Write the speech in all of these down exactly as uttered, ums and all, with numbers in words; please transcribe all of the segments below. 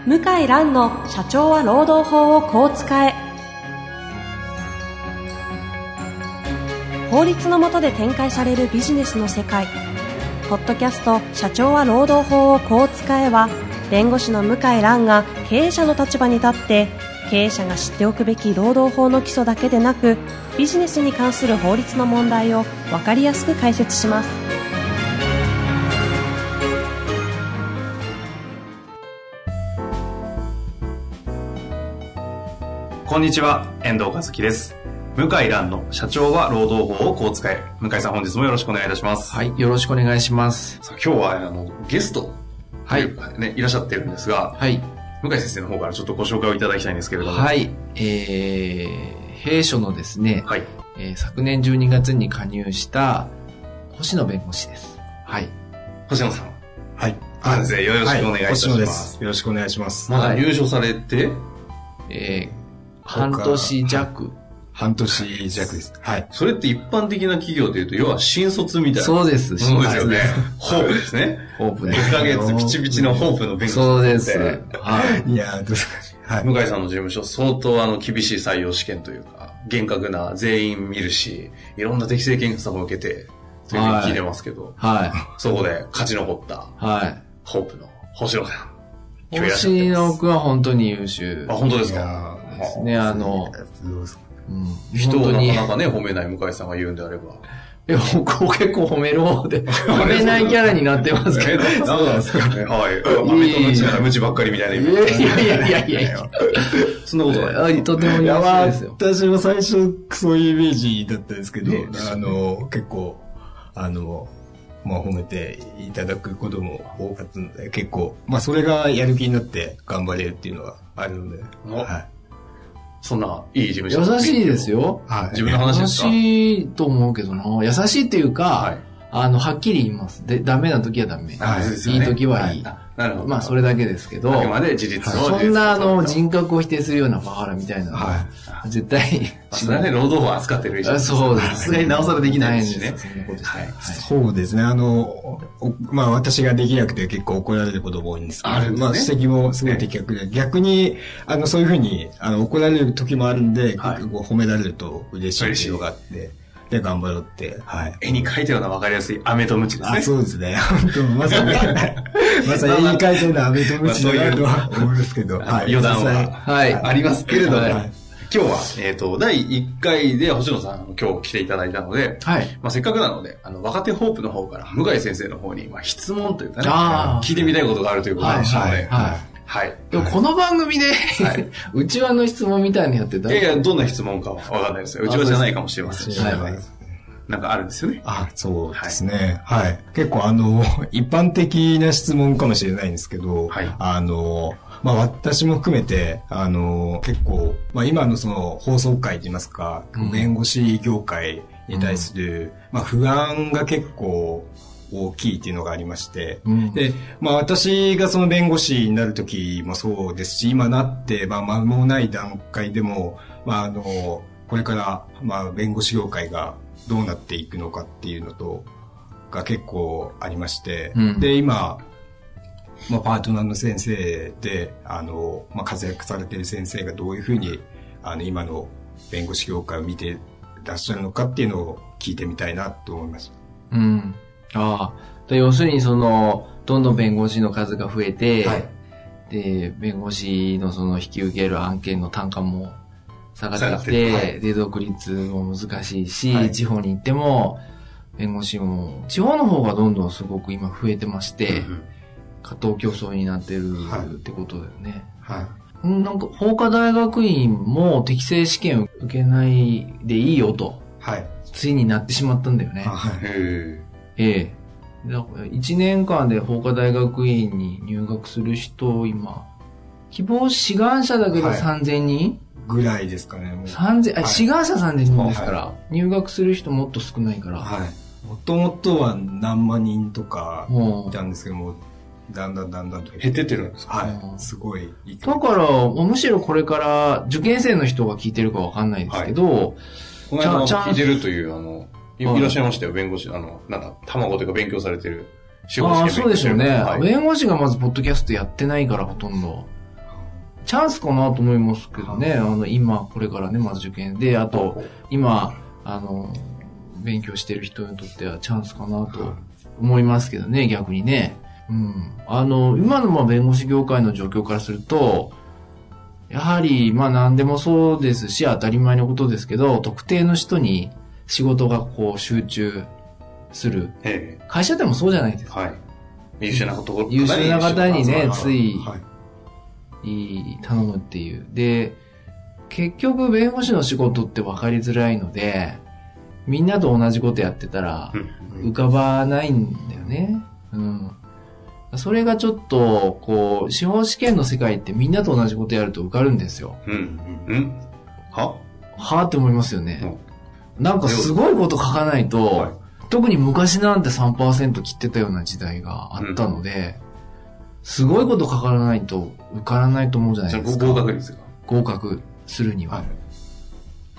向井蘭の社長は労働法をこう使え。法律の下で展開されるビジネスの世界。ポッドキャスト社長は労働法をこう使えは、弁護士の向井蘭が経営者の立場に立って経営者が知っておくべき労働法の基礎だけでなく、ビジネスに関する法律の問題を分かりやすく解説します。 こんにちは、遠藤和樹です。向井蘭の社長は労働法をこう使え。向井さん、本日もよろしくお願いいたします。 はい、よろしくお願いします。 さあ、今日はあのゲストというかね、はい、いらっしゃってるんですが、はい、向井先生の方からちょっとご紹介をいただきたいんですけれども。 はい、えー、弊社のですね、はい、えー、昨年じゅうにがつに加入した星野弁護士です。はい。 星野さん。 はい。 先生、よろしくお願いいたします。はい、 星野です。よろしくお願いします。 まだ入所されて、はい、 えー半年弱。 半年弱です。はい。 それって一般的な企業でいうと、要は新卒みたいな。 そうです。 そうですよね。ホープですね。 ホープです。 いっかげつピチピチのホープの弁護士。 そうです。 はい。いや、どうですか。はい。 向井さんの事務所、相当あの、厳しい採用試験というか、厳格な全員見るし、いろんな適正検査も受けて、というふうに聞いてますけど、 はい。 そこで勝ち残った、 はい。 ホープの星野さん。 星野くんは本当に優秀。 あ、本当ですか。 ですね、あの、 うん、人をなかなかね、褒めない向井さんが言うんであれば。 いや、僕結構褒める方で、褒めないキャラになってますけど。 そうなんですかね。はい。豆とムチならムチばっかりみたいなイメージ。 いやいやいやいやいや。 そんなことない。 とても優秀ですよ。 私も最初そういうイメージだったんですけど、あの、結構、あの、まあ褒めていただくことも多かったので、結構、まあそれがやる気になって頑張れるっていうのはあるので、はい。 そんないい事務所。 優しいですよ。 はい。自分の話ですか？ 優しいと思うけどな。優しいっていうか、はい、あの、はっきり言います。で、ダメな時はダメ。 はい、 いい時はいい。 はい、なるほど。 まあ、それだけですけど。 あくまで事実の。 そんな、あの、人格を否定するようなパワハラみたいなのは、はい、絶対それはね、労働法扱ってる以上。 そうです。 さすがになおさらできないですしね。 そんなことして。はい。 そうですね。あの、まあ私ができなくて結構怒られることも多いんですけど、 あるんですね、 まあ指摘もすごい的確で、ね、逆に、あの、そういうふうに、あの、怒られる時もあるんで、はい、結構褒められると嬉しいっていうのがあって、で、頑張ろうって、はい。 絵に描いたような分かりやすい飴とムチですね。 あ、そうですね。本当まさに、まさに絵に描いたような飴とムチだなとは思いますけど、はい。 余談は、はい、ありますけれども、はい、今日は、えっと、だいいっかいで星野さん今日来ていただいたので、はい。まあ、せっかくなので、あの、若手ホープの方から、向井先生の方に、まあ、質問というかね、聞いてみたいことがあるということでしたので、はい。はいはい。でもこの番組で、はい、内輪の質問みたいにやって大丈夫？ いやいや、どんな質問かはわかんないですよ。内輪じゃないかもしれませんし、はいはい、なんかあるんですよね。 あ、そうですね。はい。はい、結構あの、一般的な質問かもしれないんですけど、はい、あの、まあ私も含めて、あの、結構、まあ今のその放送会といいますか、うん、弁護士業界に対する、うん、まあ不安が結構、大きいっていうのがありまして、うん、で、まあ私がその弁護士になるときもそうですし、今なって、まあ間もない段階でも、まああの、これから、まあ弁護士業界がどうなっていくのかっていうのと、が結構ありまして、うん、で、今、まあパートナーの先生で、あの、まあ活躍されている先生がどういうふうに、あの、今の弁護士業界を見てらっしゃるのかっていうのを聞いてみたいなと思いました。 うん。ああ。要するにその、どんどん弁護士の数が増えて、はい、で、弁護士のその引き受ける案件の単価も下がってきて、はい、で、独立も難しいし、はい、地方に行っても、弁護士も、地方の方がどんどんすごく今増えてまして、うん、過当競争になってるってことだよね。はい。はい、なんか、法科大学院も適正試験を受けないでいいよと、はい、ついになってしまったんだよね。はい。へええ。だからいちねんかんで法科大学院に入学する人、今、希望志願者だけどさんぜんにん、はい、 ぐらいですかね。 さんぜん、はい、志願者さんぜんにんですから、はい、入学する人もっと少ないから。 はい。もともとは何万人とかいたんですけども、だんだんだんだんと減ってってるんですか？ はい。すごい。 だから、むしろこれから受験生の人が聞いてるかわかんないですけど、はい、 この間聞いてるという、あの、いらっしゃいましたよ、弁護士。あの、なんだ、卵というか勉強されてる。 司法試験勉強してる。ああ、そうですよね、はい。弁護士がまずポッドキャストやってないからほとんど。 チャンスかなと思いますけどね。あの、今、これからね、まず受験で、あと、今、あの、勉強してる人にとってはチャンスかなと思いますけどね、逆にね。うん。あの、今のまあ弁護士業界の状況からすると、やはり、まあ何でもそうですし、当たり前のことですけど、特定の人に仕事がこう集中する。会社でもそうじゃないですか。はい。 優秀なこと、 優秀な方にね、つい、頼むっていう。で、結局弁護士の仕事って分かりづらいので、みんなと同じことやってたら浮かばないんだよね。うん。それがちょっと、こう、司法試験の世界ってみんなと同じことやると受かるんですよ。うん。うん。ははって思いますよね。うん、なんかすごいこと書かないと、はい、特に昔なんて さんパーセント 切ってたような時代があったので、うん、すごいこと書かないと受からないと思うじゃないですか。 合格率が。 合格するには。はい、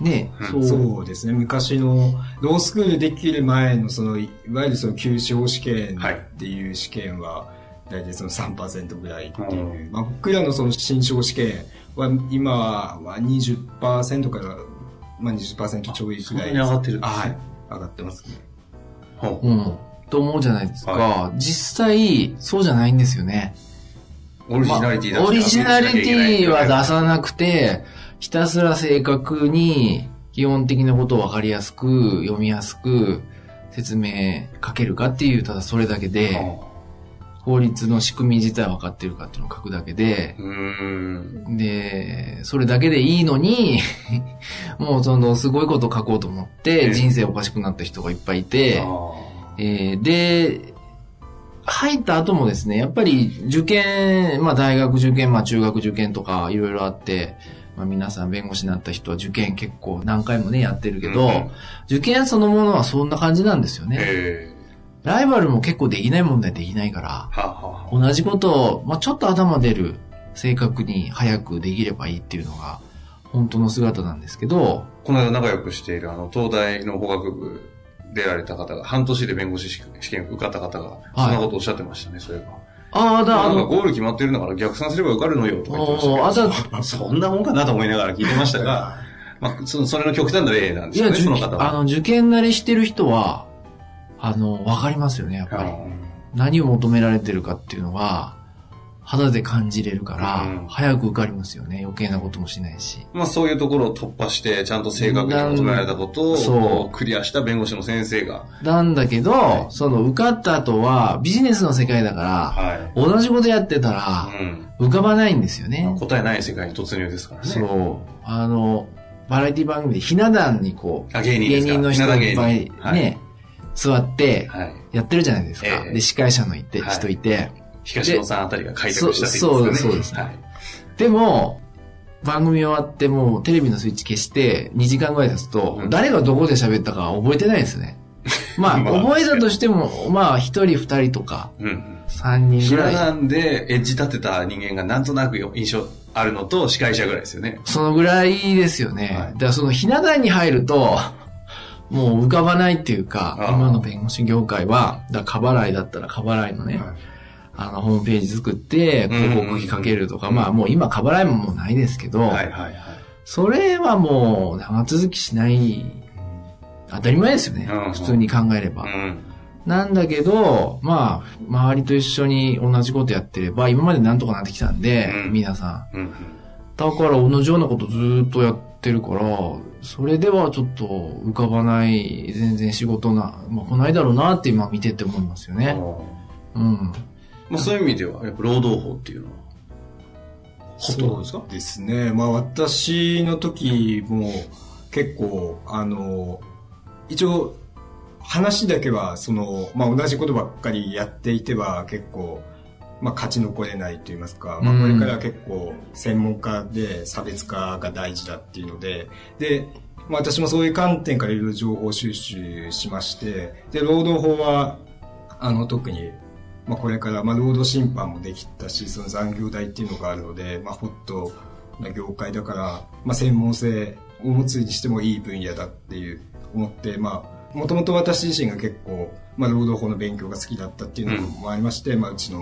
ね、 うん、そう。そうですね。昔のロースクールできる前のその、いわゆるその旧司法試験っていう試験は、大体その さんパーセント ぐらいっていう。うん、まあ、僕らのその新司法試験は今は にじゅっパーセント から、まあ、にじゅっパーセント ちょいぐらい。 そんなに上がってるんですね。 はい。上がってますね。 うん。と思うじゃないですか。はい、実際、そうじゃないんですよね。 オリジナリティだ、 まあ、オリジナリティは出さなくて、ひたすら正確に基本的なことを分かりやすく、読みやすく説明書けるかっていう、ただそれだけで、法律の仕組み自体分かってるかっていうのを書くだけで、うーんで、それだけでいいのに、もうそのすごいこと書こうと思って人生おかしくなった人がいっぱいいて、えー、で、入った後もですね、やっぱり受験、まあ大学受験、まあ中学受験とかいろいろあって、まあ皆さん弁護士になった人は受験結構何回もねやってるけど、うん、受験そのものはそんな感じなんですよね。ライバルも結構できない問題できないから、はあはあ、同じことを、まあちょっと頭出る、正確に早くできればいいっていうのが本当の姿なんですけど、 この間仲良くしているあの東大の法学部出られた方が半年で弁護士試験受かった方がそんなことをおっしゃってましたね、はい、そういえば。 ああ、だから。なんかゴール決まってるんだから逆算すれば受かるのよとか言ってましたけど、あそんなもんかなと思いながら聞いてましたが、まあ、そ, それの極端な例なんですよね、その方は。 あの、受験慣れしてる人は、あの、わかりますよね、やっぱり。何を求められてるかっていうのは、肌で感じれるから、うん、早く受かりますよね。余計なこともしないし。 まあそういうところを突破して、ちゃんと正確に求められたことをそうクリアした弁護士の先生が。 なんだけど、はい、その受かった後はビジネスの世界だから、はい、同じことやってたら、浮かばないんですよね。 まあ、答えない世界に突入ですからね。 そう。あの、バラエティ番組でひな壇にこう、芸人芸人の人がいっぱいね、はい、座ってやってるじゃないですか。はい、で、司会者のいて、はい、人いて、 東野さんあたりが開拓したって言うんですかね。そう、そうですね。はい、でも、番組終わってもうテレビのスイッチ消してにじかんぐらい経つと、うん、誰がどこで喋ったか覚えてないですね。まあ、まあ、覚えたとしても、まあ、一人二人とか、うん、三人ぐらい。 ひな壇でエッジ立てた人間がなんとなく印象あるのと司会者ぐらいですよね。 そのぐらいですよね。はい、だからそのひな壇に入ると、もう浮かばないっていうか、今の弁護士業界は、だから過払いだったら過払いのね、はい、あの、ホームページ作って、広告費かけるとか、まあもう今過払いももうないですけど、はいはいはい、それはもう長続きしない、当たり前ですよね。うん、普通に考えれば。うん、なんだけど、まあ、周りと一緒に同じことやってれば、今までなんとかなってきたんで、うん、皆さん。うん、だから同じようなことずっとやってるから、それではちょっと浮かばない、全然仕事な、まあ来ないだろうなって今見てて思いますよね。うん。 まあそういう意味では、やっぱ労働法っていうのは、 ホットなんですか？そうですね。まあ私の時も結構、あの、一応話だけは、その、まあ同じことばっかりやっていては結構、まあ勝ち残れないと言いますか、まあこれから結構専門家で差別化が大事だっていうので、で、まあ私もそういう観点からいろいろ情報収集しまして、で、労働法は、あの特に、まあこれから、まあ労働審判もできたし、その残業代っていうのがあるので、まあホットな業界だから、まあ専門性を持つにしてもいい分野だっていう思って、まあもともと私自身が結構、まあ労働法の勉強が好きだったっていうのもありまして、うん、まあうちの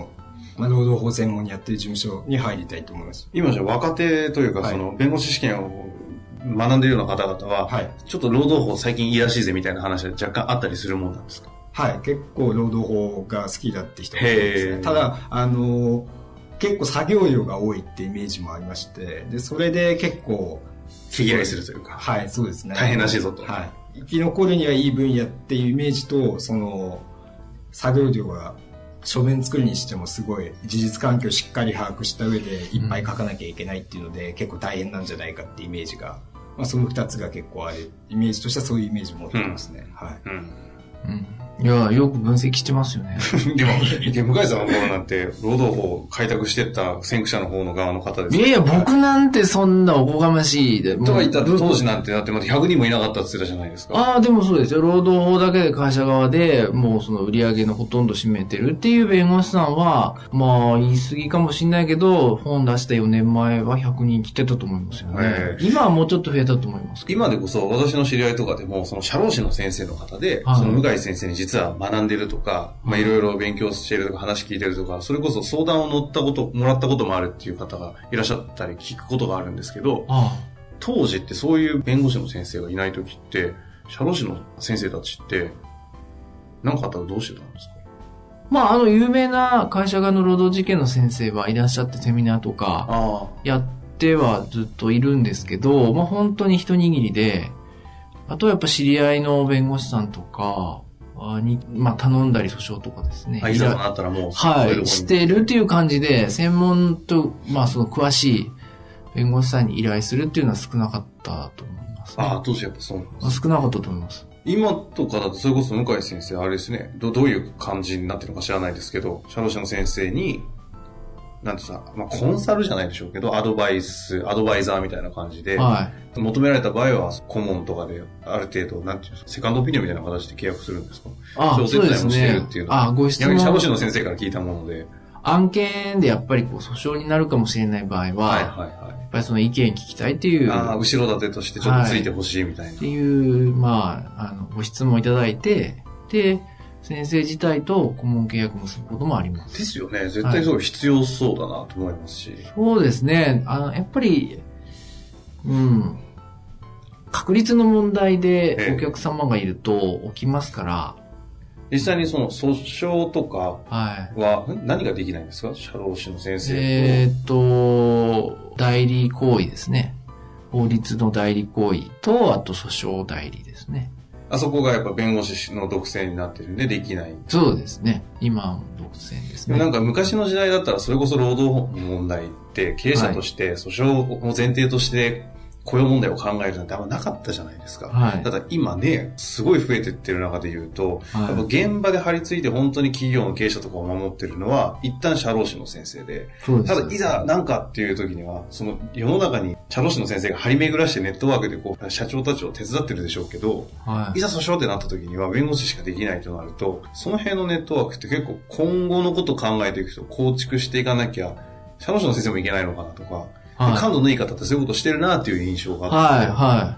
まあ、労働法専門にやってる事務所に入りたいと思います。 今じゃ若手というか、はい、その弁護士試験を学んでいるような方々は、はい、ちょっと労働法最近いいらしいぜみたいな話は若干あったりするもんなんですか？ はい、結構労働法が好きだって人もいますね。ただ、あの、結構作業量が多いってイメージもありまして、で、それで結構、 毛嫌いするというか。 はい、そうですね。 大変らしいぞと。 はい。生き残るにはいい分野っていうイメージと、その、作業量が、書面作るにしてもすごい事実関係をしっかり把握した上でいっぱい書かなきゃいけないっていうので、うん、結構大変なんじゃないかっていうイメージが、まあその二つが結構ある。イメージとしてはそういうイメージを持ってますね。うん、はい。うんうんいや、よく分析してますよね。 でも、向井さんの方なんて、労働法を開拓してった先駆者の方の側の方です。 いやいや、僕なんてそんなおこがましいで。 とか言ったら当時なんてだってまだひゃくにんもいなかったって言ってたじゃないですか。 ああ、でもそうですよ。労働法だけで会社側でもうその売り上げのほとんど占めてるっていう弁護士さんは、まあ言い過ぎかもしれないけど、本出したよねんまえはひゃくにん来てたと思いますよね。今はもうちょっと増えたと思いますけど。 今でこそ私の知り合いとかでも、その社労士の先生の方で、はい、その向井先生に実は学んでるとか、まあいろいろ勉強してるとか話聞いてるとか、それこそ相談を乗ったこと、もらったこともあるっていう方がいらっしゃったり聞くことがあるんですけど、ああ当時ってそういう弁護士の先生がいない時って、社労士の先生たちって何かあったらどうしてたんですか？ まああの有名な会社側の労働事件の先生はいらっしゃってセミナーとかやってはずっといるんですけど、まあ本当に一握りで、あとはやっぱ知り合いの弁護士さんとか、に、まあ、頼んだり訴訟とかですね。 あ、いざとなったらもう、 はい、してるっていう感じで、専門と、まあ、その詳しい弁護士さんに依頼するっていうのは少なかったと思います、ね。 ああ、当時やっぱそうなんです、 ね。少なかったと思います。 今とかだと、それこそ向井先生、あれですね、ど、どういう感じになってるのか知らないですけど、社労士の先生に、なんてさ、まあ、コンサルじゃないでしょうけど、アドバイス、アドバイザーみたいな感じで、はい、求められた場合は、顧問とかで、ある程度、なんていうんですか、セカンドオピニオンみたいな形で契約するんですか？ ああ、そうですね。してるっていうのは。 ああ、ご質問。 逆に社労士の先生から聞いたもので。 案件でやっぱりこう、訴訟になるかもしれない場合は、はいはいはい。やっぱりその意見聞きたいっていう。 ああ、後ろ盾としてちょっとついてほしいみたいな。はい、 っていう、まあ、あの、ご質問いただいて、で、先生自体と顧問契約を結ぶこともあります。 ですよね。絶対そう必要そうだなと思いますし。はい、 そうですね。あの、やっぱり、うん。確率の問題でお客様がいると起きますから。 実際にその訴訟とかは何ができないんですか？はい、社労士の先生と。 えーっと、代理行為ですね。法律の代理行為と、あと訴訟代理ですね。 あそこがやっぱ弁護士の独占になってるんでできない。 そうですね。今も独占ですね。 なんか昔の時代だったらそれこそ労働問題って経営者として訴訟を前提として雇用問題を考えるなんてあんまなかったじゃないですか。はい、ただ今ね、すごい増えてってる中で言うと、はい、やっぱ現場で張り付いて本当に企業の経営者とかを守ってるのは、一旦社労士の先生で、そうです。ただいざなんかっていう時には、その世の中に社労士の先生が張り巡らしてネットワークでこう、社長たちを手伝ってるでしょうけど、はい、いざ訴訟ってなった時には弁護士しかできないとなると、その辺のネットワークって結構今後のことを考えていくと構築していかなきゃ、社労士の先生もいけないのかなとか、はい、感度のいい方ってそういうことしてるなっていう印象があって。はい、はい。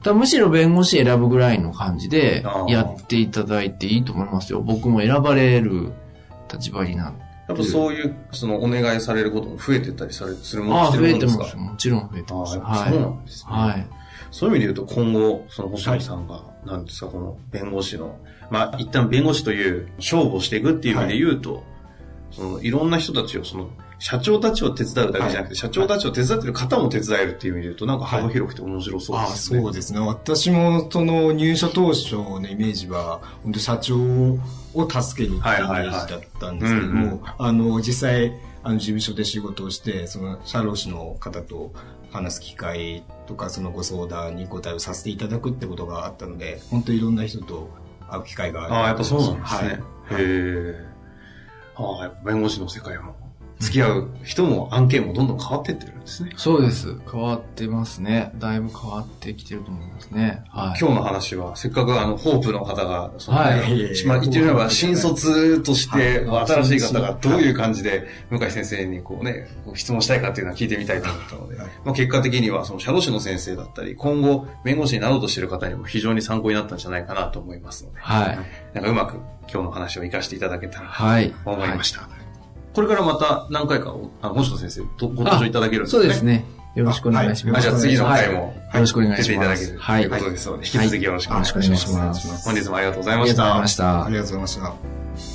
だむしろ弁護士選ぶぐらいの感じでやっていただいていいと思いますよ。僕も選ばれる立場になる。 やっぱそういう、そのお願いされることも増えてったりされするものしてるものですか？ ああ、増えてます。もちろん増えてます。 ああ、そうなんですね。はい。そういう意味で言うと今後、その星野さんが、なんですか、この弁護士の、まあ一旦弁護士という勝負をしていくっていう意味で言うと、はい、そのいろんな人たちをその、社長たちを手伝うだけじゃなくて、はい、社長たちを手伝ってる方も手伝えるっていう意味で言うと、なんか幅広くて面白そうですね。 はい、あそうですね。私もその入社当初のイメージは、本当社長を助けに行ったイメージだったんですけども、あの、実際、あの、事務所で仕事をして、その社労士の方と話す機会とか、そのご相談に答えをさせていただくってことがあったので、本当いろんな人と会う機会がある。 ああ、やっぱそうなんですね。はい、へえ。ああ、やっぱ弁護士の世界も。付き合う人も案件もどんどん変わっていってるんですね。 そうです。変わってますね。だいぶ変わってきてると思いますね。 はい、今日の話は、せっかくあの、ホープの方が、その、はい、まあ、言ってみれば、新卒として、はい、新しい方がどういう感じで、向井先生にこうね、質問したいかっていうのは聞いてみたいと思ったので、はい、まあ、結果的には、その、社労士の先生だったり、今後、弁護士になろうとしている方にも非常に参考になったんじゃないかなと思いますので、はい。なんかうまく今日の話を活かしていただけたらと思いました。はいはい、 これからまた何回か、あの、星野先生とご登場いただけるんですね。 そうですね。よろしくお願いします。 じゃあ次の回も、 よろしくお願いします。 出ていただけるということですので、引き続きよろしくお願いします。 よろしくお願いします。 本日もありがとうございました。 ありがとうございました。 ありがとうございました。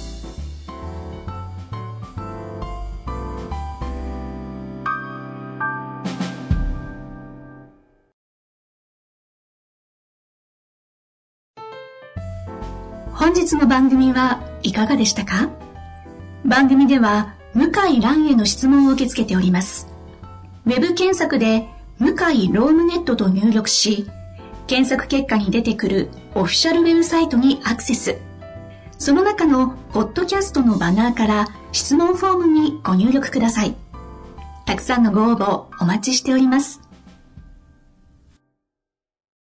本日の番組はいかがでしたか？番組では向井蘭への質問を受け付けております。ウェブ検索で向井ロームネットと入力し、検索結果に出てくるオフィシャルウェブサイトにアクセス。その中のポッドキャストのバナーから質問フォームにご入力ください。たくさんのご応募お待ちしております。